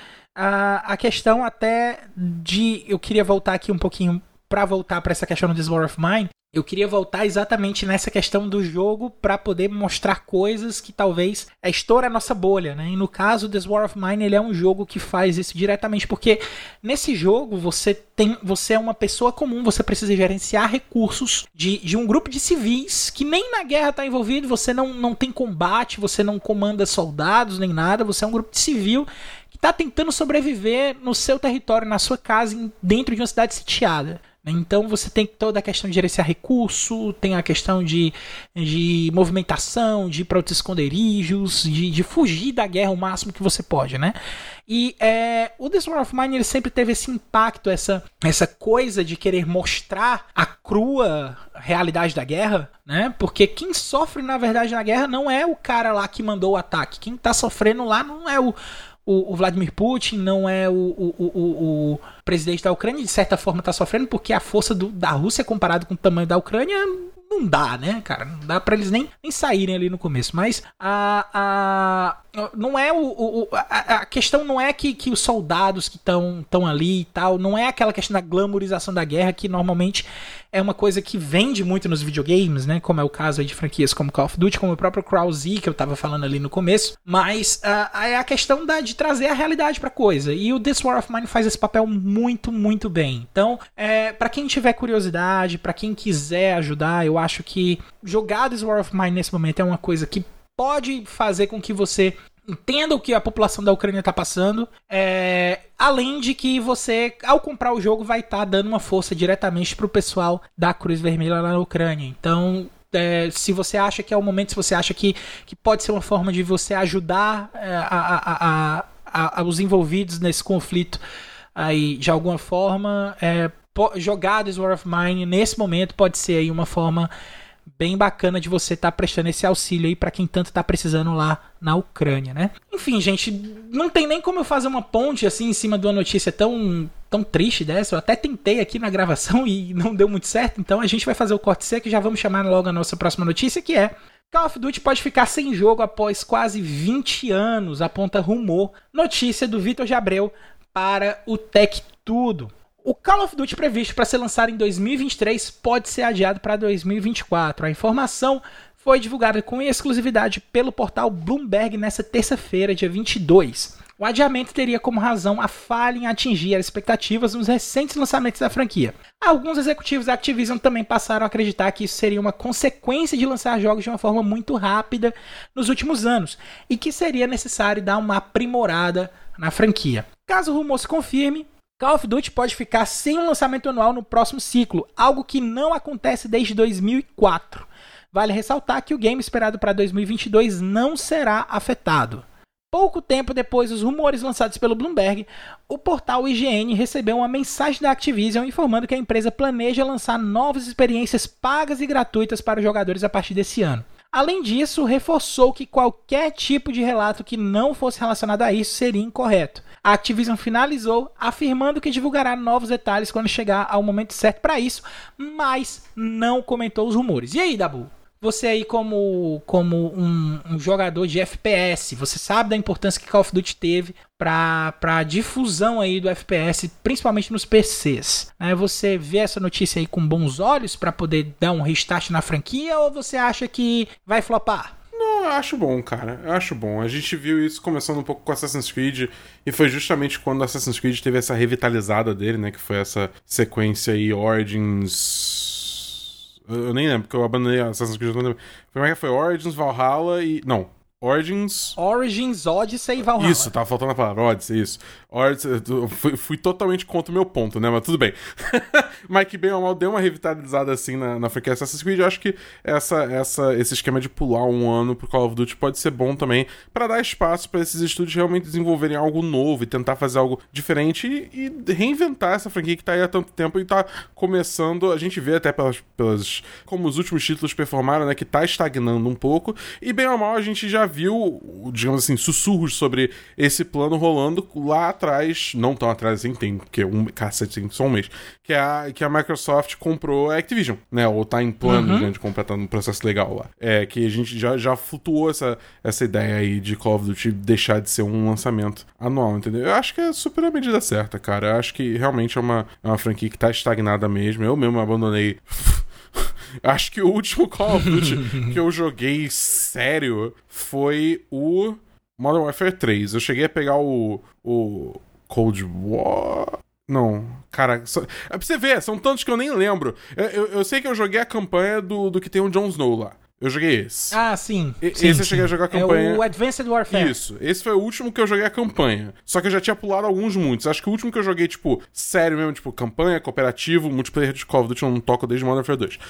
[SPEAKER 1] a questão até de... Eu queria voltar aqui um pouquinho pra voltar pra essa questão do This War of Mine. Eu queria voltar exatamente nessa questão do jogo para poder mostrar coisas que talvez estoura a nossa bolha, né? E no caso, This War of Mine, ele é um jogo que faz isso diretamente, porque nesse jogo você é uma pessoa comum, você precisa gerenciar recursos de um grupo de civis que nem na guerra está envolvido, você não tem combate, você não comanda soldados nem nada, você é um grupo de civil que está tentando sobreviver no seu território, na sua casa, dentro de uma cidade sitiada. Então você tem toda a questão de gerenciar recurso, tem a questão de movimentação, de ir para outros esconderijos, de fugir da guerra o máximo que você pode, né? E o This War of Mine, ele sempre teve esse impacto, essa coisa de querer mostrar a crua realidade da guerra, né? Porque quem sofre, na verdade, na guerra não é o cara lá que mandou o ataque. Quem tá sofrendo lá não é o Vladimir Putin, não é o presidente da Ucrânia, de certa forma está sofrendo, porque a força da Rússia comparado com o tamanho da Ucrânia não dá, né, cara? Não dá pra eles nem saírem ali no começo. Mas não é a questão não é que os soldados que estão ali e tal, não é aquela questão da glamorização da guerra, que normalmente é uma coisa que vende muito nos videogames, né? Como é o caso aí de franquias como Call of Duty, como o próprio Crawlzy, que eu tava falando ali no começo. Mas é a questão de trazer a realidade pra coisa. E o This War of Mine faz esse papel muito, muito bem. Então, pra quem tiver curiosidade, pra quem quiser ajudar, eu acho que jogar This War of Mine nesse momento é uma coisa que pode fazer com que você entenda o que a população da Ucrânia está passando, além de que você, ao comprar o jogo, vai estar dando uma força diretamente para o pessoal da Cruz Vermelha lá na Ucrânia. Então, se você acha que é o momento, se você acha que pode ser uma forma de você ajudar os envolvidos nesse conflito aí, de alguma forma, jogar This War of Mine nesse momento pode ser aí uma forma bem bacana de você estar prestando esse auxílio aí pra quem tanto tá precisando lá na Ucrânia, né? Enfim, gente, não tem nem como eu fazer uma ponte assim em cima de uma notícia tão triste dessa. Eu até tentei aqui na gravação e não deu muito certo, então a gente vai fazer o corte seco e já vamos chamar logo a nossa próxima notícia, que é: Call of Duty pode ficar sem jogo após quase 20 anos, aponta rumor. Notícia do Vitor de Abreu para o Tech Tudo. O Call of Duty previsto para ser lançado em 2023 pode ser adiado para 2024. A informação foi divulgada com exclusividade pelo portal Bloomberg nesta terça-feira, dia 22. O adiamento teria como razão a falha em atingir as expectativas nos recentes lançamentos da franquia. Alguns executivos da Activision também passaram a acreditar que isso seria uma consequência de lançar jogos de uma forma muito rápida nos últimos anos e que seria necessário dar uma aprimorada na franquia. Caso o rumor se confirme, Call of Duty pode ficar sem um lançamento anual no próximo ciclo, algo que não acontece desde 2004. Vale ressaltar que o game esperado para 2022 não será afetado. Pouco tempo depois dos rumores lançados pelo Bloomberg, o portal IGN recebeu uma mensagem da Activision informando que a empresa planeja lançar novas experiências pagas e gratuitas para os jogadores a partir desse ano. Além disso, reforçou que qualquer tipo de relato que não fosse relacionado a isso seria incorreto. A Activision finalizou afirmando que divulgará novos detalhes quando chegar ao momento certo para isso, mas não comentou os rumores. E aí, Dabu? Você aí como um jogador de FPS, você sabe da importância que Call of Duty teve para a difusão aí do FPS, principalmente nos PCs. Você vê essa notícia aí com bons olhos para poder dar um restart na franquia ou você acha que vai flopar?
[SPEAKER 2] Não, eu acho bom, cara. Eu acho bom. A gente viu isso começando um pouco com Assassin's Creed e foi justamente quando Assassin's Creed teve essa revitalizada dele, né? Que foi essa sequência aí, Origins... Eu nem lembro, porque eu abandonei Assassin's Creed. Como é que foi? Origins, Valhalla e... Não. Origins,
[SPEAKER 1] Odyssey e Valhalla.
[SPEAKER 2] Isso, tava faltando a palavra, Odyssey, isso. Eu fui totalmente contra o meu ponto, né? Mas tudo bem. Mas que bem ou mal deu uma revitalizada assim na franquia Assassin's Creed. Eu acho que esse esquema de pular um ano pro Call of Duty pode ser bom também pra dar espaço pra esses estúdios realmente desenvolverem algo novo e tentar fazer algo diferente e reinventar essa franquia que tá aí há tanto tempo e tá começando. A gente vê até pelas como os últimos títulos performaram, né? Que tá estagnando um pouco. E bem ou mal a gente já viu, digamos assim, sussurros sobre esse plano rolando lá atrás, não tão atrás assim, tem só um mês, que a Microsoft comprou a Activision, né, ou tá em plano, né, de comprar, tá num processo legal lá. Que a gente já flutuou essa ideia aí de Call of Duty deixar de ser um lançamento anual, entendeu? Eu acho que é super a medida certa, cara. Eu acho que realmente é uma franquia que tá estagnada mesmo. Eu mesmo abandonei... Acho que o último Call of Duty que eu joguei sério foi o Modern Warfare 3. Eu cheguei a pegar o Cold War... Não, cara... Pra você ver, são tantos que eu nem lembro. Eu sei que eu joguei a campanha do que tem o Jon Snow lá. Eu joguei esse.
[SPEAKER 1] Ah, sim.
[SPEAKER 2] Esse eu cheguei a jogar a campanha.
[SPEAKER 1] É o Advanced Warfare.
[SPEAKER 2] Isso. Esse foi o último que eu joguei a campanha. Só que eu já tinha pulado muitos. Acho que o último que eu joguei, tipo, sério mesmo, tipo, campanha, cooperativo, multiplayer de Call of Duty, eu não toco desde Modern Warfare 2.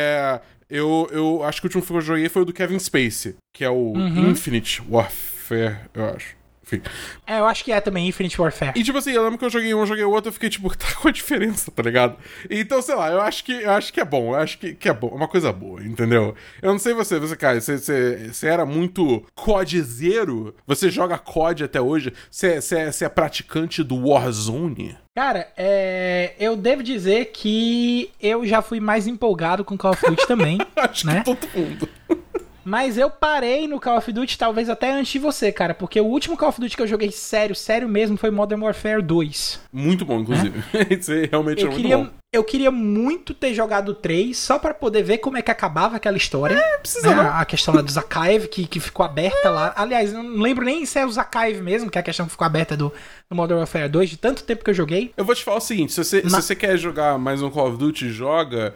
[SPEAKER 2] Eu acho que o último que eu joguei foi o do Kevin Spacey, que é o Infinite Warfare, eu acho. Enfim.
[SPEAKER 1] Eu acho que é também Infinite Warfare.
[SPEAKER 2] E tipo assim, eu lembro que eu joguei um, eu joguei o outro, eu fiquei tipo, tá com a diferença, tá ligado? Então, sei lá, eu acho que é bom, eu acho que é bom, é uma coisa boa, entendeu? Eu não sei você, cara, você era muito CODzeiro? Você joga COD até hoje? Você é praticante do Warzone?
[SPEAKER 1] Cara, eu devo dizer que eu já fui mais empolgado com Call of Duty também.
[SPEAKER 2] Acho
[SPEAKER 1] né?
[SPEAKER 2] que todo mundo.
[SPEAKER 1] Mas eu parei no Call of Duty talvez até antes de você, cara. Porque o último Call of Duty que eu joguei sério mesmo, foi Modern Warfare 2.
[SPEAKER 2] Muito bom, inclusive. Isso aí realmente muito bom.
[SPEAKER 1] Eu queria muito ter jogado o 3, só pra poder ver como é que acabava aquela história.
[SPEAKER 2] Precisa
[SPEAKER 1] né? A questão lá do Zakhaev, que ficou aberta lá. Aliás, não lembro nem se é o Zakhaev mesmo, que é a questão que ficou aberta do Modern Warfare 2, de tanto tempo que eu joguei.
[SPEAKER 2] Eu vou te falar o seguinte, se você quer jogar mais um Call of Duty, joga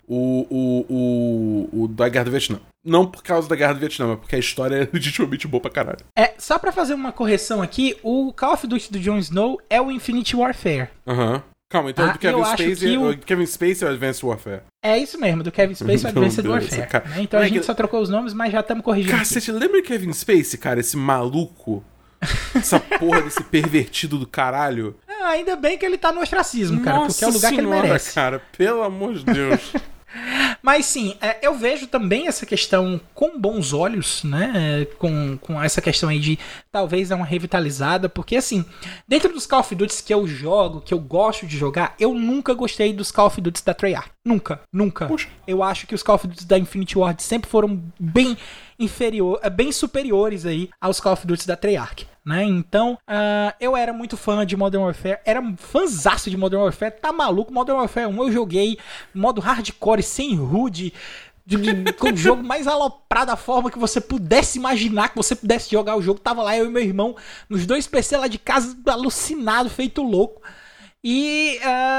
[SPEAKER 2] o da Guerra do Vietnã. Não por causa da Guerra do Vietnã, mas porque a história é legitimamente boa pra caralho.
[SPEAKER 1] Só pra fazer uma correção aqui, o Call of Duty do Jon Snow é o Infinite Warfare.
[SPEAKER 2] Calma, então do Kevin Spacey é o Advanced Warfare.
[SPEAKER 1] É isso mesmo, do Kevin Spacey é o Advanced Warfare. Né? Então a gente só trocou os nomes, mas já estamos corrigindo.
[SPEAKER 2] Cacete, lembra de Kevin Spacey, cara? Esse maluco? Essa porra desse pervertido do caralho?
[SPEAKER 1] Ainda bem que ele tá no ostracismo, cara, porque é o lugar que ele merece.
[SPEAKER 2] Cara, pelo amor de Deus.
[SPEAKER 1] Mas sim, eu vejo também essa questão com bons olhos, né? Com essa questão aí de talvez dar uma revitalizada, porque assim, dentro dos Call of Duty que eu jogo, que eu gosto de jogar, eu nunca gostei dos Call of Duty da Treyarch. Nunca.
[SPEAKER 2] Puxa.
[SPEAKER 1] Eu acho que os Call of Duty da Infinity Ward sempre foram bem superiores aí aos Call of Duty da Treyarch, né? Então, eu era muito fã de Modern Warfare, era fãzaço de Modern Warfare, tá maluco? Modern Warfare 1 eu joguei modo hardcore, sem HUD, com o jogo mais aloprado da forma que você pudesse imaginar, que você pudesse jogar o jogo. Tava lá eu e meu irmão, nos 2 PC lá de casa, alucinado, feito louco. E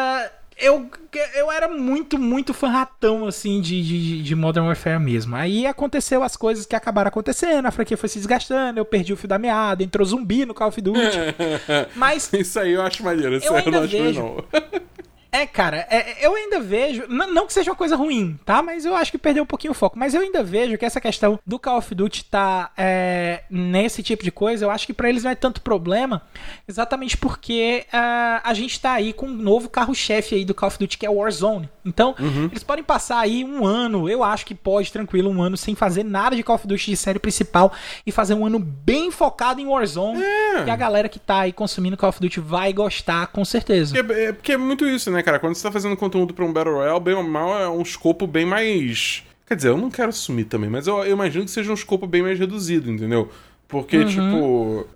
[SPEAKER 1] eu era muito fã-ratão, assim, de Modern Warfare mesmo. Aí aconteceu as coisas que acabaram acontecendo, a franquia foi se desgastando, eu perdi o fio da meada, entrou zumbi no Call of Duty. Mas
[SPEAKER 2] isso aí eu acho maneiro, isso aí eu não acho ruim, não.
[SPEAKER 1] Cara, eu ainda vejo, não que seja uma coisa ruim, tá? Mas eu acho que perdeu um pouquinho o foco. Mas eu ainda vejo que essa questão do Call of Duty tá nesse tipo de coisa, eu acho que pra eles não é tanto problema, exatamente porque a gente tá aí com um novo carro-chefe aí do Call of Duty, que é o Warzone. Então, eles podem passar aí um ano, eu acho que pode, tranquilo, um ano, sem fazer nada de Call of Duty de série principal e fazer um ano bem focado em Warzone, e a galera que tá aí consumindo Call of Duty vai gostar, com certeza.
[SPEAKER 2] Porque é muito isso, né, cara? Quando você tá fazendo conteúdo pra um Battle Royale, bem ou mal, é um escopo bem mais... Quer dizer, eu não quero assumir também, mas eu imagino que seja um escopo bem mais reduzido, entendeu? Porque, tipo...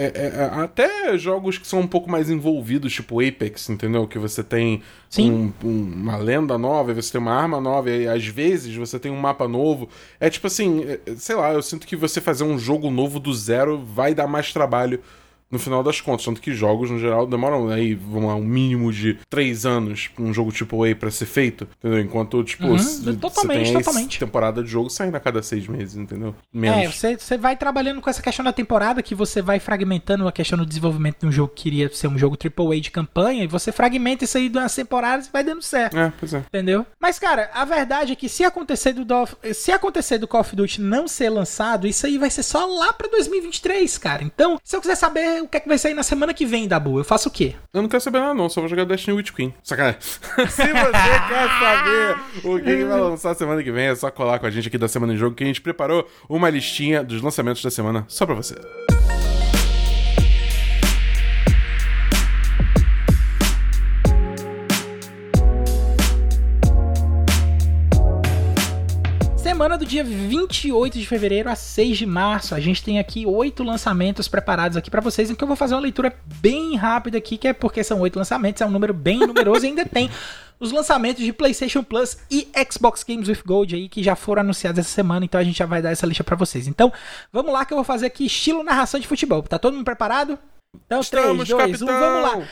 [SPEAKER 2] até jogos que são um pouco mais envolvidos, tipo Apex, entendeu? Que você tem uma lenda nova, e você tem uma arma nova, e às vezes você tem um mapa novo. É tipo assim, sei lá, eu sinto que você fazer um jogo novo do zero vai dar mais trabalho no final das contas, tanto que jogos, no geral, demoram aí, vamos lá, um mínimo de 3 anos pra um jogo AAA pra ser feito, entendeu? Enquanto, tipo, você tem temporada de jogo saindo a cada 6 meses, entendeu? Menos.
[SPEAKER 1] Você vai trabalhando com essa questão da temporada, que você vai fragmentando a questão do desenvolvimento de um jogo que queria ser um jogo AAA de campanha, e você fragmenta isso aí das temporadas e vai dando certo.
[SPEAKER 2] Pois é.
[SPEAKER 1] Entendeu? Mas, cara, a verdade é que se acontecer do Call of Duty não ser lançado, isso aí vai ser só lá pra 2023, cara. Então, se eu quiser saber o que é que vai sair na semana que vem, Dabu, eu faço o quê?
[SPEAKER 2] Eu não quero saber nada não, só vou jogar Destiny Witch Queen. Sacanagem. Se você quer saber o que vai lançar semana que vem, é só colar com a gente aqui da Semana em Jogo, que a gente preparou uma listinha dos lançamentos da semana só pra você.
[SPEAKER 1] Semana do dia 28 de fevereiro a 6 de março, a gente tem aqui 8 lançamentos preparados aqui pra vocês, em que eu vou fazer uma leitura bem rápida aqui, que é porque são 8 lançamentos, é um número bem numeroso, e ainda tem os lançamentos de PlayStation Plus e Xbox Games with Gold aí, que já foram anunciados essa semana, então a gente já vai dar essa lista pra vocês. Então, vamos lá que eu vou fazer aqui estilo narração de futebol. Tá todo mundo preparado? Então,
[SPEAKER 2] Estamos,
[SPEAKER 1] 3, 2,
[SPEAKER 2] capitão.
[SPEAKER 1] 1, vamos lá!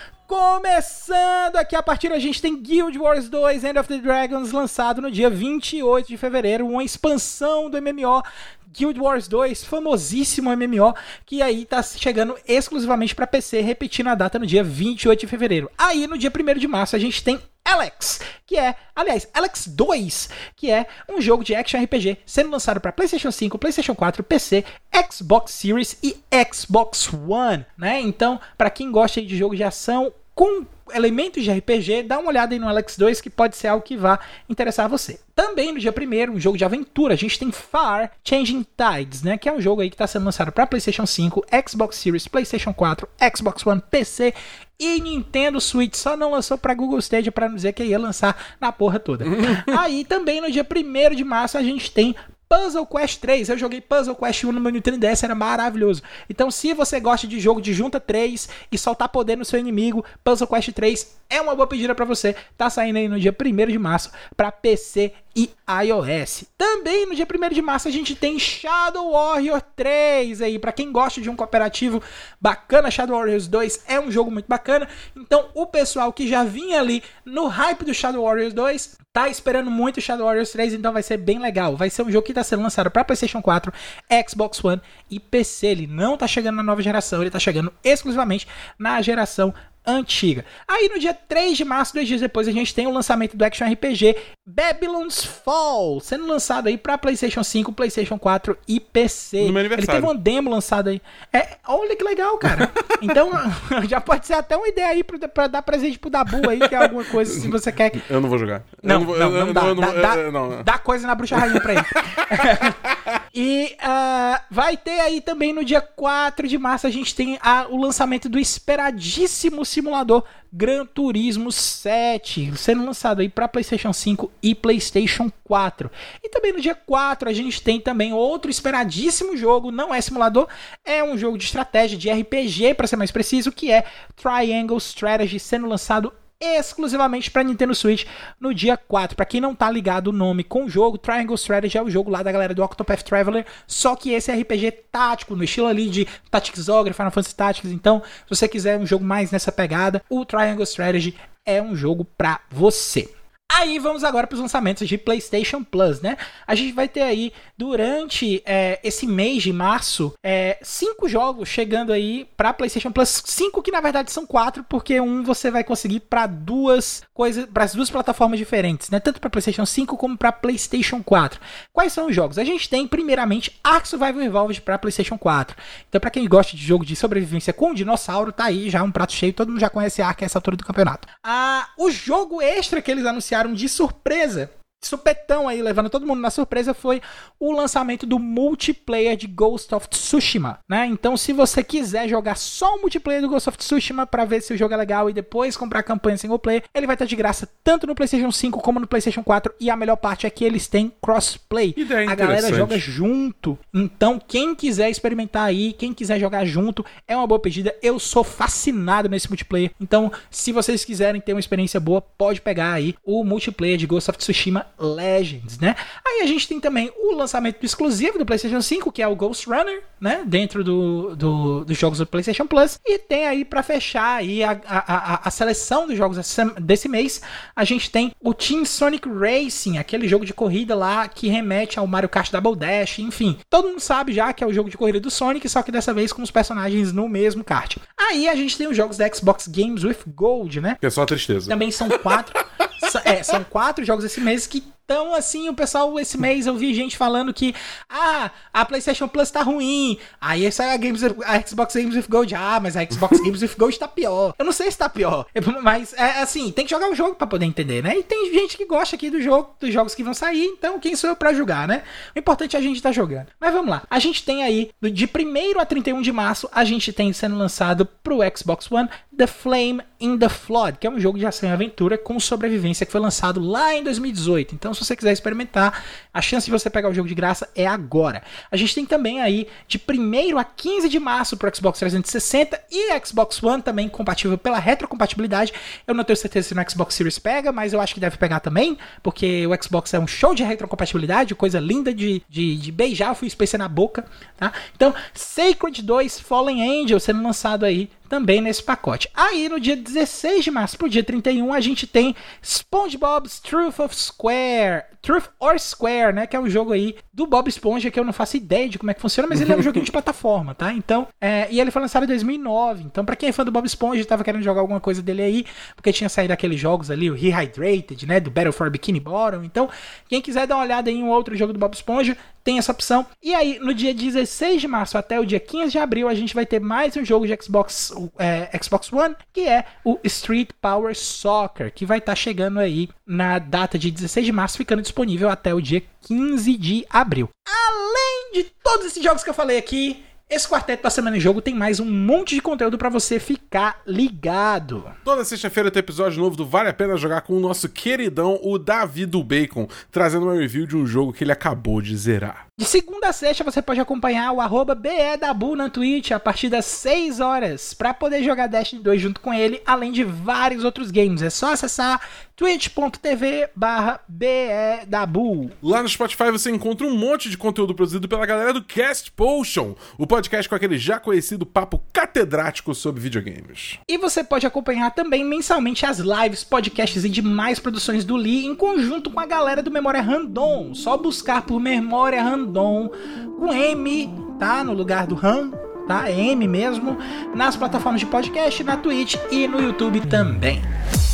[SPEAKER 1] Começando aqui a partir, a gente tem Guild Wars 2 End of the Dragons, lançado no dia 28 de fevereiro, uma expansão do MMO Guild Wars 2, famosíssimo MMO, que aí tá chegando exclusivamente para PC, repetindo a data no dia 28 de fevereiro. Aí no dia 1º de março a gente tem Alex, que é, aliás, Alex 2, que é um jogo de action RPG sendo lançado para PlayStation 5, PlayStation 4, PC, Xbox Series e Xbox One, né? Então, para quem gosta aí de jogo de ação com elementos de RPG, dá uma olhada aí no Alex 2, que pode ser algo que vá interessar você. Também no dia 1º, um jogo de aventura, a gente tem Far Changing Tides, né, que é um jogo aí que está sendo lançado para PlayStation 5, Xbox Series, PlayStation 4, Xbox One, PC e Nintendo Switch. Só não lançou para Google Stadia para não dizer que ia lançar na porra toda. Aí também no dia 1º de março a gente tem Puzzle Quest 3, eu joguei Puzzle Quest 1 no meu Nintendo DS, era maravilhoso. Então, se você gosta de jogo de junta 3 e soltar poder no seu inimigo, Puzzle Quest 3 é uma boa pedida pra você. Tá saindo aí no dia 1º de março pra PC e iOS. Também no dia 1º de março a gente tem Shadow Warrior 3 aí, pra quem gosta de um cooperativo bacana. Shadow Warriors 2 é um jogo muito bacana. Então, o pessoal que já vinha ali no hype do Shadow Warriors 2 tá esperando muito o Shadow Warriors 3, então vai ser bem legal. Vai ser um jogo que tá sendo lançado para PlayStation 4, Xbox One e PC. Ele não tá chegando na nova geração, ele tá chegando exclusivamente na geração antiga. Aí no dia 3 de março, 2 dias depois, a gente tem o lançamento do Action RPG Babylon's Fall, sendo lançado aí pra PlayStation 5, PlayStation 4 e PC.
[SPEAKER 2] No meu aniversário.
[SPEAKER 1] Ele teve uma demo lançada aí. Olha que legal, cara. Então, já pode ser até uma ideia aí pra dar presente pro Dabu aí, que é alguma coisa, se você quer.
[SPEAKER 2] Eu não vou jogar.
[SPEAKER 1] Não dá. Dá coisa na bruxa rainha pra ele. E vai ter aí também no dia 4 de março, a gente tem o lançamento do esperadíssimo simulador Gran Turismo 7, sendo lançado aí para PlayStation 5 e PlayStation 4. E também no dia 4 a gente tem também outro esperadíssimo jogo, não é simulador, é um jogo de estratégia, de RPG para ser mais preciso, que é Triangle Strategy, sendo lançado exclusivamente para Nintendo Switch no dia 4. Para quem não tá ligado o nome com o jogo, Triangle Strategy é o jogo lá da galera do Octopath Traveler, só que esse é RPG tático, no estilo ali de Tactics Ogre, Final Fantasy Tactics. Então, se você quiser um jogo mais nessa pegada, o Triangle Strategy é um jogo para você. Aí vamos agora para os lançamentos de PlayStation Plus, né? A gente vai ter aí, durante esse mês de março, 5 jogos chegando aí para PlayStation Plus. 5 que na verdade são 4, porque um você vai conseguir para as duas plataformas diferentes, né? Tanto para PlayStation 5 como para PlayStation 4. Quais são os jogos? A gente tem, primeiramente, Ark Survival Evolved para PlayStation 4. Então, para quem gosta de jogo de sobrevivência com dinossauro, tá aí já um prato cheio. Todo mundo já conhece Ark a essa altura do campeonato. O jogo extra que eles anunciaram de surpresa, supetão aí, levando todo mundo na surpresa, foi o lançamento do multiplayer de Ghost of Tsushima, né? Então, se você quiser jogar só o multiplayer do Ghost of Tsushima pra ver se o jogo é legal e depois comprar a campanha single player, ele vai estar de graça tanto no PlayStation 5 como no PlayStation 4, e a melhor parte é que eles têm crossplay. A galera joga junto. Então, quem quiser experimentar aí, quem quiser jogar junto, é uma boa pedida. Eu sou fascinado nesse multiplayer. Então, se vocês quiserem ter uma experiência boa, pode pegar aí o multiplayer de Ghost of Tsushima Legends, né? Aí a gente tem também o lançamento exclusivo do PlayStation 5, que é o Ghost Runner, né? Dentro dos jogos do PlayStation Plus. E tem aí, pra fechar aí a seleção dos jogos desse mês, a gente tem o Team Sonic Racing, aquele jogo de corrida lá que remete ao Mario Kart Double Dash, enfim. Todo mundo sabe já que é o jogo de corrida do Sonic, só que dessa vez com os personagens no mesmo kart. Aí a gente tem os jogos da Xbox Games with Gold, né?
[SPEAKER 2] Que é só tristeza.
[SPEAKER 1] Também são 4. São 4 jogos esse mês que estão assim, o pessoal esse mês eu vi gente falando que a PlayStation Plus tá ruim, aí essa é a Xbox Games with Gold, mas a Xbox Games with Gold tá pior. Eu não sei se tá pior, mas assim, tem que jogar o jogo pra poder entender, né? E tem gente que gosta aqui dos jogos que vão sair, então quem sou eu pra julgar, né? O importante é a gente tá jogando. Mas vamos lá, a gente tem aí, de 1º a 31 de março, a gente tem sendo lançado pro Xbox One The Flame in the Flood, que é um jogo de ação e aventura com sobrevivência que foi lançado lá em 2018. Então, se você quiser experimentar, a chance de você pegar o jogo de graça é agora. A gente tem também aí de 1º a 15 de março pro Xbox 360 e Xbox One também compatível pela retrocompatibilidade. Eu não tenho certeza se no Xbox Series pega, mas eu acho que deve pegar também, porque o Xbox é um show de retrocompatibilidade, coisa linda de beijar o Phil Spencer na boca, tá? Então, Sacred 2 Fallen Angel sendo lançado aí também nesse pacote. Aí no dia 16 de março pro dia 31 a gente tem SpongeBob's Truth or Square, né, que é um jogo aí do Bob Esponja que eu não faço ideia de como é que funciona, mas ele é um joguinho de plataforma, tá? Então, e ele foi lançado em 2009. Então, pra quem é fã do Bob Esponja e tava querendo jogar alguma coisa dele aí, porque tinha saído aqueles jogos ali, o Rehydrated, né, do Battle for Bikini Bottom. Então, quem quiser dar uma olhada em um outro jogo do Bob Esponja, tem essa opção. E aí, no dia 16 de março até o dia 15 de abril, a gente vai ter mais um jogo de Xbox One, que é o Street Power Soccer, que vai estar chegando aí na data de 16 de março, ficando disponível até o dia 15 de abril. Além de todos esses jogos que eu falei aqui, esse quarteto da Semana em Jogo tem mais um monte de conteúdo pra você ficar ligado.
[SPEAKER 2] Toda sexta-feira tem episódio novo do Vale a Pena Jogar com o nosso queridão, o Davi do Bacon, trazendo uma review de um jogo que ele acabou de zerar.
[SPEAKER 1] De segunda a sexta você pode acompanhar o @BEDabu na Twitch a partir das 6 horas para poder jogar Destiny 2 junto com ele, além de vários outros games. É só acessar twitch.tv/BEDabu.
[SPEAKER 2] Lá no Spotify você encontra um monte de conteúdo produzido pela galera do Cast Potion, o podcast com aquele já conhecido papo catedrático sobre videogames.
[SPEAKER 1] E você pode acompanhar também mensalmente as lives, podcasts e demais produções do Lee em conjunto com a galera do Memória Random. Só buscar por Memória Random com M, tá? No lugar do RAM, tá? É M mesmo, nas plataformas de podcast, na Twitch e no YouTube também.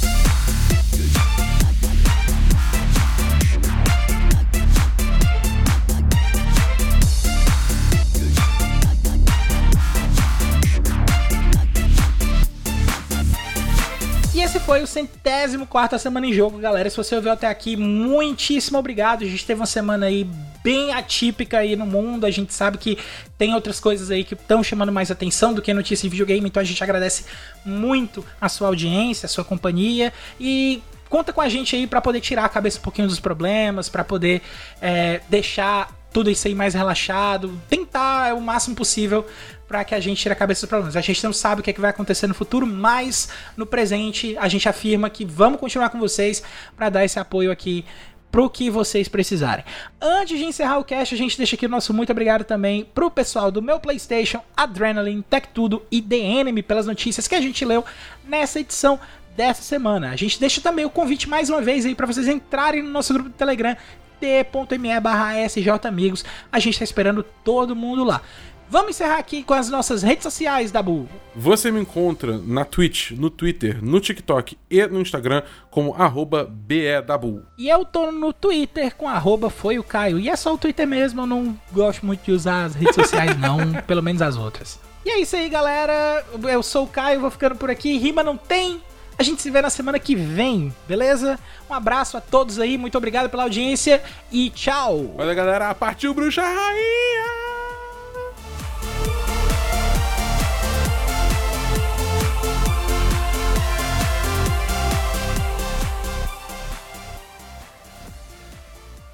[SPEAKER 1] E esse foi o 104ª Semana em Jogo, galera. Se você ouviu até aqui, muitíssimo obrigado. A gente teve uma semana aí bem atípica aí no mundo. A gente sabe que tem outras coisas aí que estão chamando mais atenção do que notícia em videogame. Então a gente agradece muito a sua audiência, a sua companhia. E conta com a gente aí para poder tirar a cabeça um pouquinho dos problemas, para poder deixar tudo isso aí mais relaxado. Tentar o máximo possível para que a gente tire a cabeça dos problemas. A gente não sabe o que vai acontecer no futuro, mas no presente a gente afirma que vamos continuar com vocês para dar esse apoio aqui pro que vocês precisarem. Antes de encerrar o cast, a gente deixa aqui o nosso muito obrigado também pro pessoal do Meu PlayStation, Adrenaline, Tech Tudo e The Enemy pelas notícias que a gente leu nessa edição dessa semana. A gente deixa também o convite mais uma vez aí para vocês entrarem no nosso grupo do Telegram, t.me/sjamigos. A gente tá esperando todo mundo lá. Vamos encerrar aqui com as nossas redes sociais, Dabu.
[SPEAKER 2] Você me encontra na Twitch, no Twitter, no TikTok e no Instagram como @bedabu.
[SPEAKER 1] E eu tô no Twitter com @foiucaio. E é só o Twitter mesmo, eu não gosto muito de usar as redes sociais não, pelo menos as outras. E é isso aí, galera. Eu sou o Caio, vou ficando por aqui. Rima não tem. A gente se vê na semana que vem, beleza? Um abraço a todos aí, muito obrigado pela audiência e tchau!
[SPEAKER 2] Olha, galera, partiu Bruxa Rainha!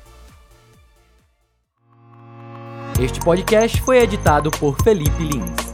[SPEAKER 3] Este podcast foi editado por Felipe Lins.